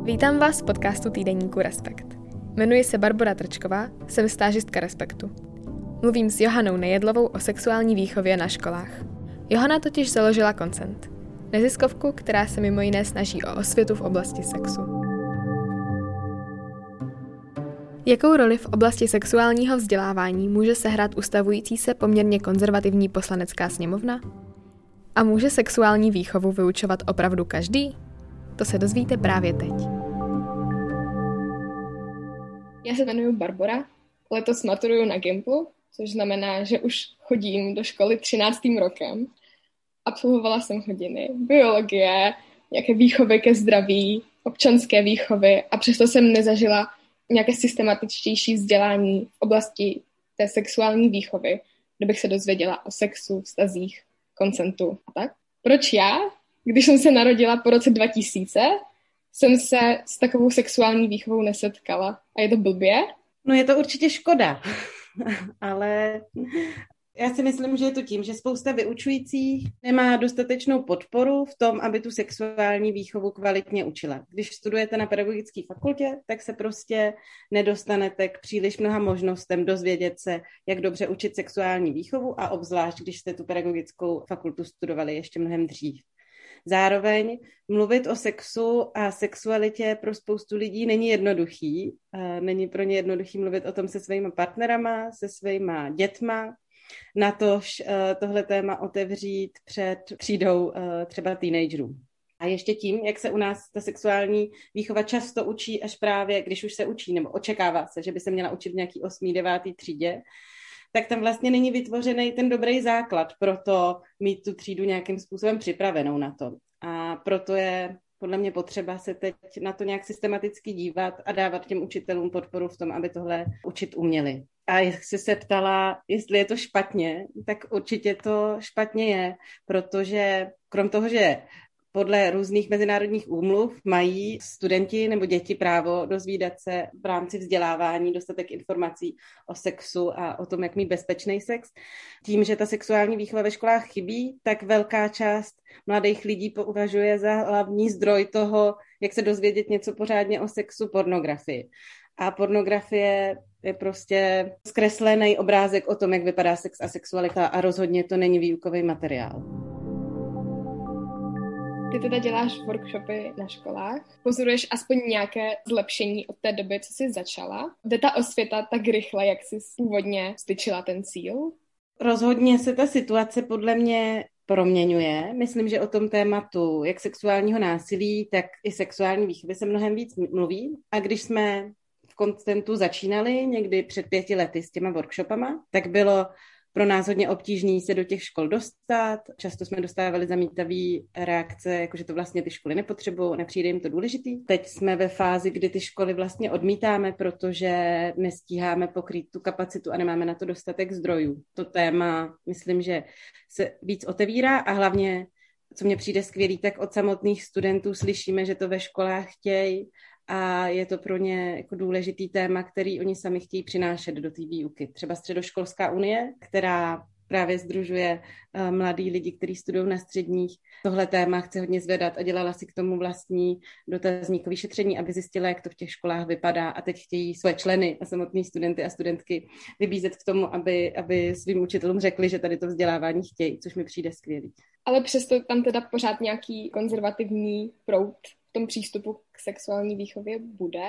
Vítám vás v podcastu týdeníku Respekt. Jmenuji se Barbora Trčková, jsem stážistka Respektu. Mluvím s Johanou Nejedlovou o sexuální výchově na školách. Johana totiž založila Consent, neziskovku, která se mimo jiné snaží o osvětu v oblasti sexu. Jakou roli v oblasti sexuálního vzdělávání může sehrát ustavující se poměrně konzervativní poslanecká sněmovna? A může sexuální výchovu vyučovat opravdu každý? To se dozvíte právě teď. Já se jmenuji Barbora, letos maturuju na Gimplu, což znamená, že už chodím do školy 13. rokem. Absolvovala jsem hodiny biologie, nějaké výchovy ke zdraví, občanské výchovy a přesto jsem nezažila nějaké systematičtější vzdělání v oblasti té sexuální výchovy, kde bych se dozvěděla o sexu, vztazích, konsentu a tak. Proč já? Když jsem se narodila po roce 2000, jsem se s takovou sexuální výchovou nesetkala. A je to blbě? No je to určitě škoda, ale já si myslím, že je to tím, že spousta vyučujících nemá dostatečnou podporu v tom, aby tu sexuální výchovu kvalitně učila. Když studujete na pedagogické fakultě, tak se prostě nedostanete k příliš mnoha možnostem dozvědět se, jak dobře učit sexuální výchovu a obzvlášť, když jste tu pedagogickou fakultu studovali ještě mnohem dřív. Zároveň mluvit o sexu a sexualitě pro spoustu lidí není jednoduchý. Není pro ně jednoduchý mluvit o tom se svýma partnerama, se svýma dětma, natož tohle téma otevřít před třídou třeba teenagerů. A ještě tím, jak se u nás ta sexuální výchova často učí až právě, když už se učí, nebo očekává se, že by se měla učit v nějaký 8., 9. třídě, tak tam vlastně není vytvořený ten dobrý základ pro to mít tu třídu nějakým způsobem připravenou na to. A proto je podle mě potřeba se teď na to nějak systematicky dívat a dávat těm učitelům podporu v tom, aby tohle učit uměli. A jestli se ptala, jestli je to špatně, tak určitě to špatně je, protože krom toho, že podle různých mezinárodních úmluv mají studenti nebo děti právo dozvídat se v rámci vzdělávání dostatek informací o sexu a o tom, jak mít bezpečný sex. Tím, že ta sexuální výchova ve školách chybí, tak velká část mladých lidí považuje za hlavní zdroj toho, jak se dozvědět něco pořádně o sexu, pornografii. A pornografie je prostě zkreslený obrázek o tom, jak vypadá sex a sexualita a rozhodně to není výukový materiál. Ty teda děláš workshopy na školách, pozoruješ aspoň nějaké zlepšení od té doby, co jsi začala? Jde ta osvěta tak rychle, jak jsi původně styčila ten cíl? Rozhodně se ta situace podle mě proměňuje. Myslím, že o tom tématu jak sexuálního násilí, tak i sexuální výchovy se mnohem víc mluví. A když jsme v Consentu začínali někdy před 5 lety s těma workshopama, tak bylo pro nás hodně obtížný se do těch škol dostat. Často jsme dostávali zamítavé reakce, jakože to vlastně ty školy nepotřebují, nepřijde jim to důležitý. Teď jsme ve fázi, kdy ty školy vlastně odmítáme, protože nestíháme pokrýt tu kapacitu a nemáme na to dostatek zdrojů. To téma, myslím, že se víc otevírá a hlavně, co mně přijde skvělý, tak od samotných studentů slyšíme, že to ve školách chtějí a je to pro ně jako důležitý téma, který oni sami chtějí přinášet do té výuky. Třeba Středoškolská unie, která právě sdružuje mladý lidi, kteří studují na středních. Tohle téma chce hodně zvedat a dělala si k tomu vlastní dotazníkové šetření, aby zjistila, jak to v těch školách vypadá a teď chtějí své členy a samotný studenty a studentky vybízet k tomu, aby svým učitelům řekli, že tady to vzdělávání chtějí, což mi přijde skvělý. Ale přesto tam teda pořád nějaký konzervativní proud v tom přístupu k sexuální výchově bude?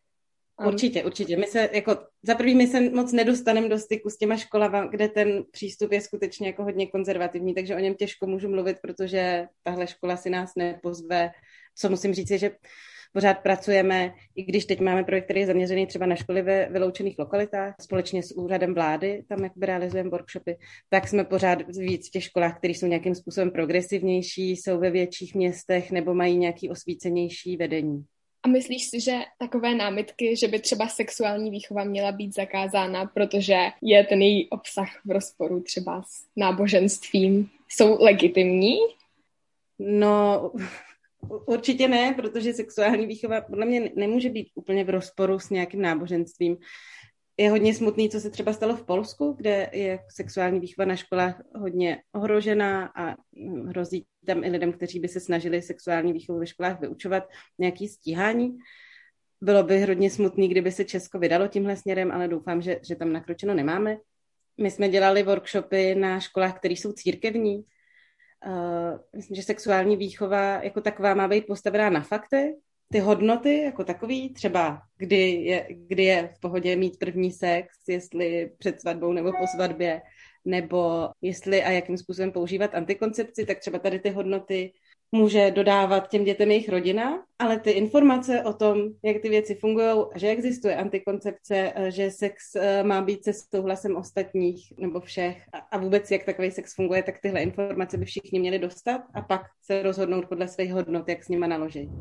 Určitě. Za prvý se moc nedostaneme do styku s těma školama, kde ten přístup je skutečně jako hodně konzervativní, takže o něm těžko můžu mluvit, protože tahle škola si nás nepozve. Co musím říct je, že pořád pracujeme, i když teď máme projekt, který je zaměřený třeba na školy ve vyloučených lokalitách, společně s úřadem vlády, tam jak realizujeme workshopy, tak jsme pořád víc v těch školách, které jsou nějakým způsobem progresivnější, jsou ve větších městech nebo mají nějaký osvícenější vedení. A myslíš si, že takové námitky, že by třeba sexuální výchova měla být zakázána, protože je ten její obsah v rozporu třeba s náboženstvím, jsou legitimní? No, určitě ne, protože sexuální výchova podle mě nemůže být úplně v rozporu s nějakým náboženstvím. Je hodně smutný, co se třeba stalo v Polsku, kde je sexuální výchova na školách hodně ohrožená a hrozí tam i lidem, kteří by se snažili sexuální výchovu ve školách vyučovat, nějaký stíhání. Bylo by hodně smutný, kdyby se Česko vydalo tímhle směrem, ale doufám, že tam nakročeno nemáme. My jsme dělali workshopy na školách, které jsou církevní. Myslím, že sexuální výchova jako taková má být postavená na faktech. Ty hodnoty jako takový, třeba kdy je v pohodě mít první sex, jestli před svatbou nebo po svatbě, nebo jestli a jakým způsobem používat antikoncepci, tak třeba tady ty hodnoty může dodávat těm dětem jejich rodina, ale ty informace o tom, jak ty věci fungují, že existuje antikoncepce, že sex má být se souhlasem ostatních nebo všech a vůbec jak takový sex funguje, tak tyhle informace by všichni měli dostat a pak se rozhodnout podle svých hodnot, jak s nima naloží.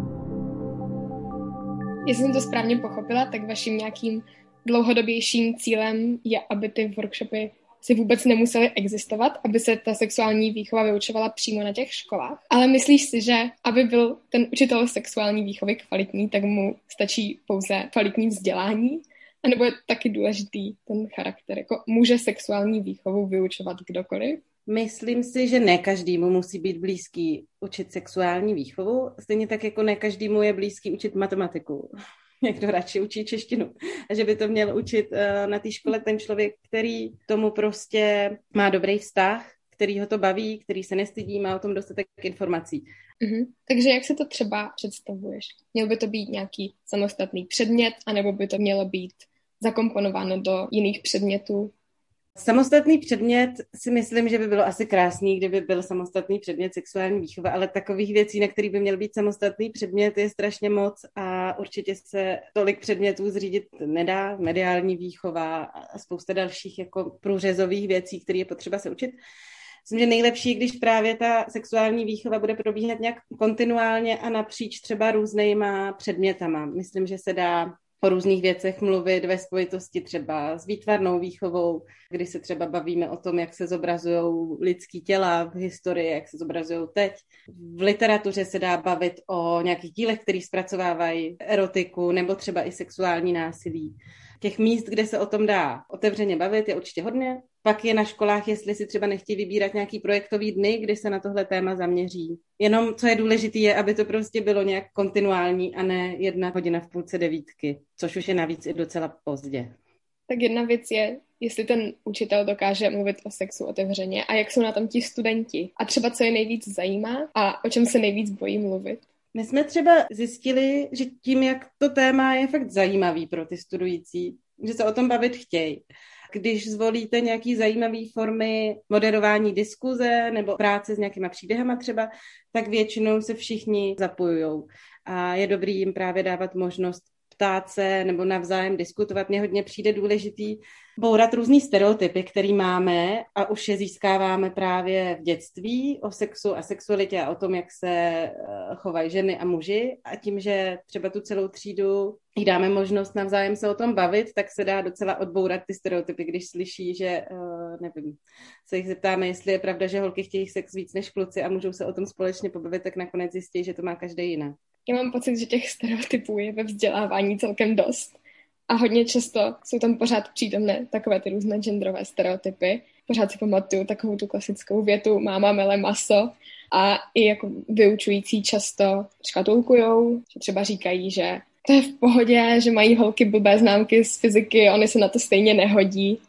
Jestli jsem to správně pochopila, tak vaším nějakým dlouhodobějším cílem je, aby ty workshopy si vůbec nemusely existovat, aby se ta sexuální výchova vyučovala přímo na těch školách. Ale myslíš si, že aby byl ten učitel sexuální výchovy kvalitní, tak mu stačí pouze kvalitní vzdělání? A nebo je taky důležitý ten charakter? Jako může sexuální výchovu vyučovat kdokoliv? Myslím si, že ne každému musí být blízký učit sexuální výchovu, stejně tak jako ne každému je blízký učit matematiku. Někdo radši učí češtinu. A že by to měl učit na té škole ten člověk, který tomu prostě má dobrý vztah, který ho to baví, který se nestydí, má o tom dostatek informací. Takže jak se to třeba představuješ? Měl by to být nějaký samostatný předmět, anebo by to mělo být zakomponováno do jiných předmětů? Samostatný předmět si myslím, že by bylo asi krásný, kdyby byl samostatný předmět sexuální výchova, ale takových věcí, na který by měl být samostatný předmět, je strašně moc a určitě se tolik předmětů zřídit nedá. Mediální výchova a spousta dalších jako průřezových věcí, které je potřeba se učit. Myslím, že nejlepší, když právě ta sexuální výchova bude probíhat nějak kontinuálně a napříč třeba různýma předmětama. Myslím, že se dá o různých věcech mluvit ve spojitosti třeba s výtvarnou výchovou, kdy se třeba bavíme o tom, jak se zobrazují lidský těla v historii, jak se zobrazují teď. V literatuře se dá bavit o nějakých dílech, které zpracovávají erotiku nebo třeba i sexuální násilí. Těch míst, kde se o tom dá otevřeně bavit, je určitě hodně. Pak je na školách, jestli si třeba nechtějí vybírat nějaký projektový dny, kdy se na tohle téma zaměří. Jenom, co je důležité, je, aby to prostě bylo nějak kontinuální a ne 1 hodina v půlce 9, což už je navíc i docela pozdě. Tak jedna věc je, jestli ten učitel dokáže mluvit o sexu otevřeně a jak jsou na tom ti studenti. A třeba co je nejvíc zajímá a o čem se nejvíc bojí mluvit. My jsme třeba zjistili, že tím, jak to téma je fakt zajímavý pro ty studující, že se o tom bavit chtějí. Když zvolíte nějaký zajímavý formy moderování diskuze nebo práce s nějakýma příběhama třeba, tak většinou se všichni zapojujou. A je dobrý jim právě dávat možnost ptát se nebo navzájem diskutovat. Mně hodně přijde důležitý bourat různý stereotypy, který máme a už je získáváme právě v dětství o sexu a sexualitě a o tom, jak se chovají ženy a muži. A tím, že třeba tu celou třídu jí dáme možnost navzájem se o tom bavit, tak se dá docela odbourat ty stereotypy, když slyší, že, nevím, se jich zeptáme, jestli je pravda, že holky chtějí sex víc než kluci a můžou se o tom společně pobavit, tak nakonec zjistí, že to má každý jinak. Já mám pocit, že těch stereotypů je ve vzdělávání celkem dost. A hodně často jsou tam pořád přítomné takové ty různé genderové stereotypy. Pořád si pamatuju takovou tu klasickou větu máma mele maso. A i jako vyučující často škatulkujou, že třeba říkají, že to je v pohodě, že mají holky blbé známky z fyziky, oni se na to stejně nehodí.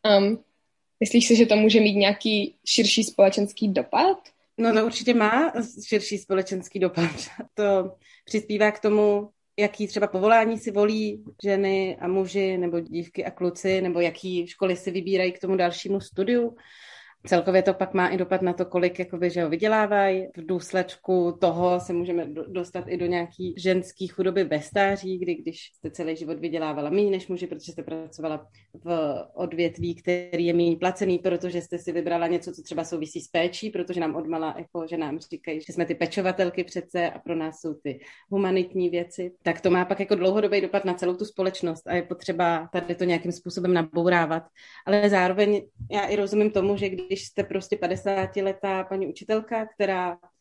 Myslíš si, že to může mít nějaký širší společenský dopad? No to určitě má širší společenský dopad. To přispívá k tomu, jaký třeba povolání si volí ženy a muži, nebo dívky a kluci, nebo jaký školy si vybírají k tomu dalšímu studiu. Celkově to pak má i dopad na to, kolik jakoby, že ho vydělávají. V důsledku toho se můžeme dostat i do nějaký ženský chudoby ve stáří, když jste celý život vydělávala méně než muži, protože jste pracovala v odvětví, který je méně placený, protože jste si vybrala něco, co třeba souvisí s péčí, protože nám odmala, jako, že nám říkají, že jsme ty pečovatelky přece a pro nás jsou ty humanitní věci. Tak to má pak jako dlouhodobý dopad na celou tu společnost a je potřeba tady to nějakým způsobem nabourávat. Ale zároveň já i rozumím tomu, že když jste prostě 50letá paní učitelka, která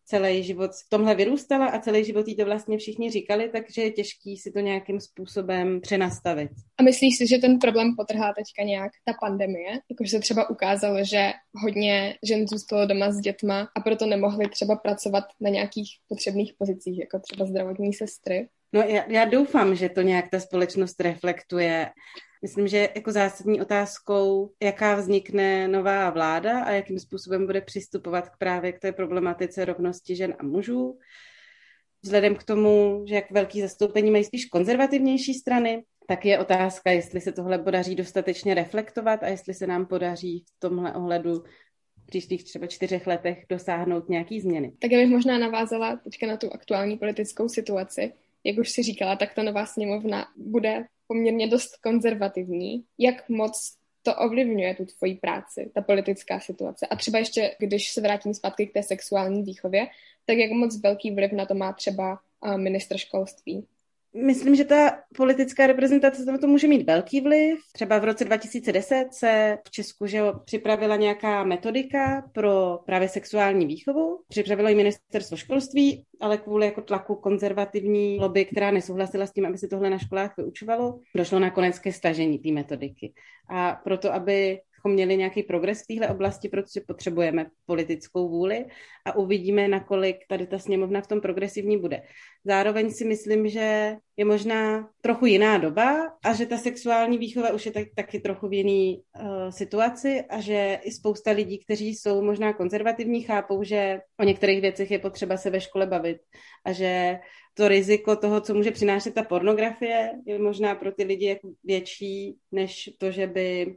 celý život v tomhle vyrůstala a celý život jí to vlastně všichni říkali, takže je těžký si to nějakým způsobem přenastavit. A myslíš si, že ten problém potrhá teďka nějak ta pandemie? Jakože se třeba ukázalo, že hodně žen zůstalo doma s dětma a proto nemohly třeba pracovat na nějakých potřebných pozicích, jako třeba zdravotní sestry? No já doufám, že to nějak ta společnost reflektuje. Myslím, že jako zásadní otázkou, jaká vznikne nová vláda a jakým způsobem bude přistupovat právě k té problematice rovnosti žen a mužů. Vzhledem k tomu, že jak velký zastoupení mají spíš konzervativnější strany, tak je otázka, jestli se tohle podaří dostatečně reflektovat a jestli se nám podaří v tomhle ohledu v příštích třeba 4 letech dosáhnout nějaký změny. Tak já bych možná navázala teďka na tu aktuální politickou situaci. Jak už si říkala, tak ta nová sněmovna bude poměrně dost konzervativní. Jak moc to ovlivňuje tu tvoji práci, ta politická situace? A třeba ještě, když se vrátím zpátky k té sexuální výchově, tak jak moc velký vliv na to má třeba ministr školství? Myslím, že ta politická reprezentace na to může mít velký vliv. Třeba v roce 2010 se v Česku připravila nějaká metodika pro právě sexuální výchovu. Připravilo ji ministerstvo školství, ale kvůli jako tlaku konzervativní lobby, která nesouhlasila s tím, aby se tohle na školách vyučovalo, došlo nakonec ke stažení té metodiky. A proto, aby měli nějaký progres v téhle oblasti, protože potřebujeme politickou vůli a uvidíme, nakolik tady ta sněmovna v tom progresivní bude. Zároveň si myslím, že je možná trochu jiná doba a že ta sexuální výchova už je taky trochu v jiný situaci a že i spousta lidí, kteří jsou možná konzervativní, chápou, že o některých věcech je potřeba se ve škole bavit a že to riziko toho, co může přinášet ta pornografie, je možná pro ty lidi jako větší, než to, že by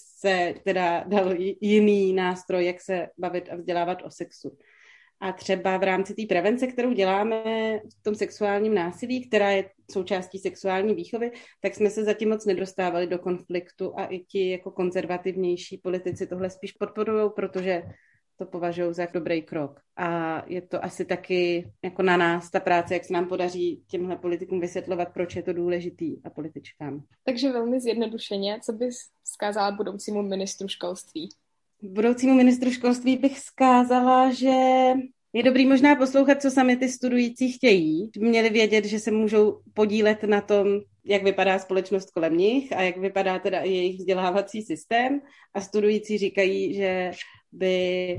se teda dal jiný nástroj, jak se bavit a vzdělávat o sexu. A třeba v rámci té prevence, kterou děláme v tom sexuálním násilí, která je součástí sexuální výchovy, tak jsme se zatím moc nedostávali do konfliktu a i ti jako konzervativnější politici tohle spíš podporují, protože to považují za dobrý krok. A je to asi taky jako na nás ta práce, jak se nám podaří těmhle politikům vysvětlovat, proč je to důležitý a političkám. Takže velmi zjednodušeně, co bys vzkázala budoucímu ministru školství? Budoucímu ministru školství bych vzkázala, že je dobrý možná poslouchat, co sami ty studující chtějí. Měli vědět, že se můžou podílet na tom, jak vypadá společnost kolem nich a jak vypadá teda i jejich vzdělávací systém. A studující říkají, že by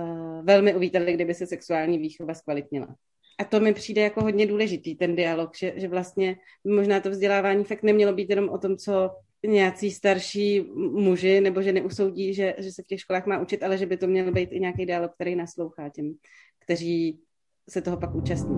velmi uvítali, kdyby se sexuální výchova zkvalitnila. A to mi přijde jako hodně důležitý, ten dialog, že vlastně možná to vzdělávání fakt nemělo být jenom o tom, co nějací starší muži nebo ženy usoudí, že se v těch školách má učit, ale že by to měl být i nějaký dialog, který naslouchá těm, kteří se toho pak účastní.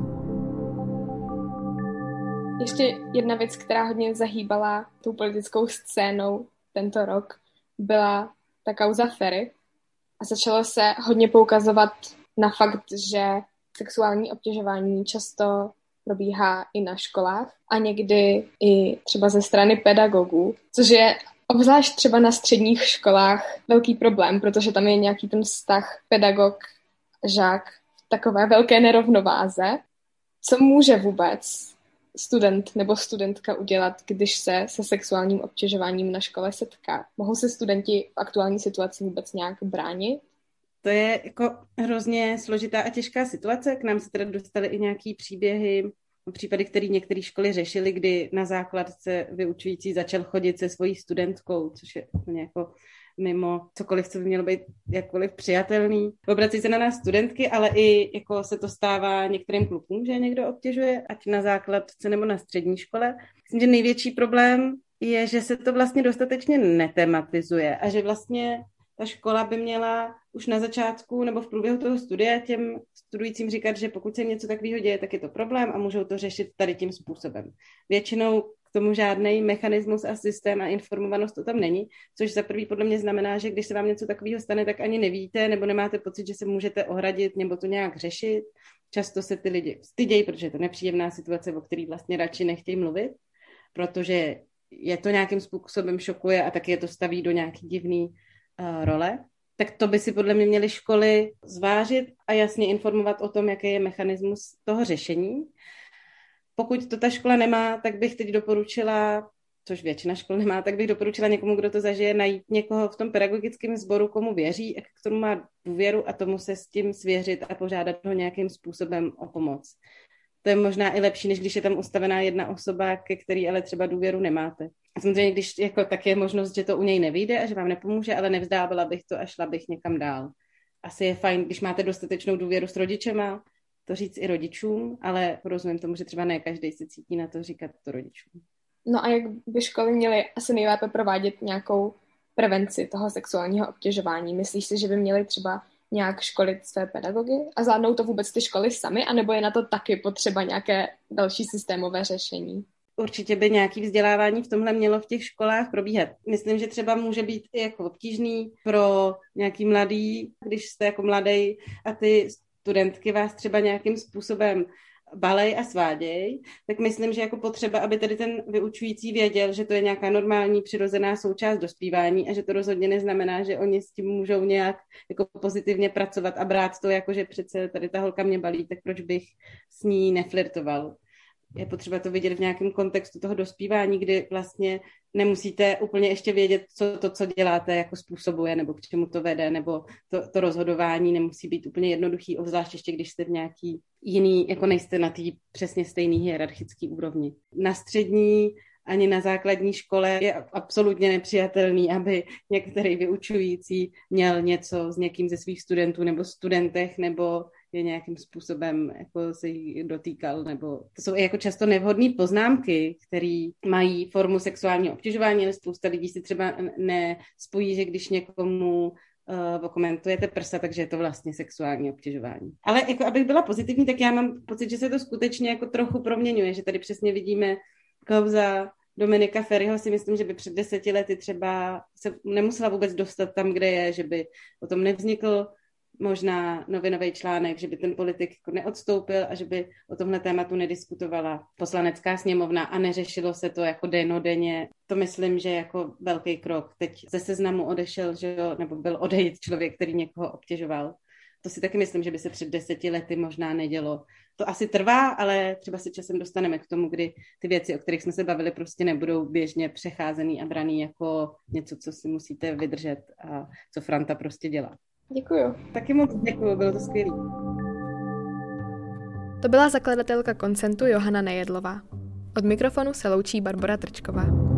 Ještě jedna věc, která hodně zahýbala tou politickou scénou tento rok, byla ta kauza Feri. A začalo se hodně poukazovat na fakt, že sexuální obtěžování často probíhá i na školách a někdy i třeba ze strany pedagogů, což je obzvlášť třeba na středních školách velký problém, protože tam je nějaký ten vztah pedagog-žák v takové velké nerovnováze. Co může vůbec student nebo studentka udělat, když se sexuálním obtěžováním na škole setká? Mohou se studenti v aktuální situaci vůbec nějak bránit? To je jako hrozně složitá a těžká situace. K nám se teda dostaly i nějaký příběhy, případy, které některé školy řešily, kdy na základce vyučující začal chodit se svojí studentkou, což je úplně jako mimo cokoliv, co by mělo být jakkoliv přijatelný. Obrací se na nás studentky, ale i jako se to stává některým klukům, že někdo obtěžuje, ať na základce nebo na střední škole. Myslím, že největší problém je, že se to vlastně dostatečně netematizuje a že vlastně ta škola by měla už na začátku nebo v průběhu toho studia těm studujícím říkat, že pokud se něco takového děje, tak je to problém a můžou to řešit tady tím způsobem. Většinou k tomu žádný mechanismus a systém a informovanost to tam není, což za prvý podle mě znamená, že když se vám něco takového stane, tak ani nevíte nebo nemáte pocit, že se můžete ohradit nebo to nějak řešit. Často se ty lidi stydějí, protože je to nepříjemná situace, o který vlastně radši nechtějí mluvit, protože je to nějakým způsobem šokuje a taky je to staví do nějaký divný role. Tak to by si podle mě měly školy zvážit a jasně informovat o tom, jaký je mechanismus toho řešení. Pokud to ta škola nemá, tak bych teď doporučila což většina škol nemá, tak bych doporučila někomu, kdo to zažije, najít někoho v tom pedagogickém sboru, komu věří, k tomu má důvěru a tomu se s tím svěřit a požádat ho nějakým způsobem o pomoc. To je možná i lepší, než když je tam ustavená jedna osoba, ke který ale třeba důvěru nemáte. A samozřejmě, když jako, tak je možnost, že to u něj nevyjde a že vám nepomůže, ale nevzdávala bych to a šla bych někam dál. Asi je fajn, když máte dostatečnou důvěru s rodičema, to říct i rodičům, ale rozumím tomu, že třeba ne každý se cítí na to říkat to rodičům. No a jak by školy měly asi nejlépe provádět nějakou prevenci toho sexuálního obtěžování? Myslíš si, že by měly třeba nějak školit své pedagogy a zvládnou to vůbec ty školy sami, anebo je na to taky potřeba nějaké další systémové řešení? Určitě by nějaké vzdělávání v tomhle mělo v těch školách probíhat. Myslím, že třeba může být i jako obtížný pro nějaký mladý, když jste jako mladý a ty studentky vás třeba nějakým způsobem balej a sváděj, tak myslím, že jako potřeba, aby tady ten vyučující věděl, že to je nějaká normální přirozená součást dospívání a že to rozhodně neznamená, že oni s tím můžou nějak jako pozitivně pracovat a brát to jako, že přece tady ta holka mě balí, tak proč bych s ní neflirtoval. Je potřeba to vidět v nějakém kontextu toho dospívání, kdy vlastně nemusíte úplně ještě vědět, co to, co děláte, jako způsobuje, nebo k čemu to vede, nebo to rozhodování nemusí být úplně jednoduchý, obzvlášť ještě, když jste v nějaký jiný, jako nejste na té přesně stejný hierarchický úrovni. Na střední ani na základní škole je absolutně nepřijatelný, aby některý vyučující měl něco s někým ze svých studentů nebo studentech, nebo je nějakým způsobem jako se jí dotýkal, nebo to jsou i jako často nevhodné poznámky, které mají formu sexuálního obtěžování, ale spousta lidí si třeba nespojí, že když někomu komentujete prsa, takže je to vlastně sexuální obtěžování. Ale jako abych byla pozitivní, tak já mám pocit, že se to skutečně jako trochu proměňuje, že tady přesně vidíme kauza Dominika Feriho, si myslím, že by před 10 lety třeba se nemusela vůbec dostat tam, kde je, že by o tom nevznikl možná novinový článek, že by ten politik jako neodstoupil a že by o tomhle tématu nediskutovala poslanecká sněmovna a neřešilo se to jako dennodenně. To myslím, že jako velký krok. Teď ze Seznamu odešel, že jo, nebo byl odejít člověk, který někoho obtěžoval. To si taky myslím, že by se před 10 lety možná nedělo. To asi trvá, ale třeba se časem dostaneme k tomu, kdy ty věci, o kterých jsme se bavili, prostě nebudou běžně přecházený a braný jako něco, co si musíte vydržet a co Franta prostě dělá. Děkuju. Taky moc děkuju, bylo to skvělé. To byla zakladatelka Koncentu Johana Nejedlová. Od mikrofonu se loučí Barbora Trčková.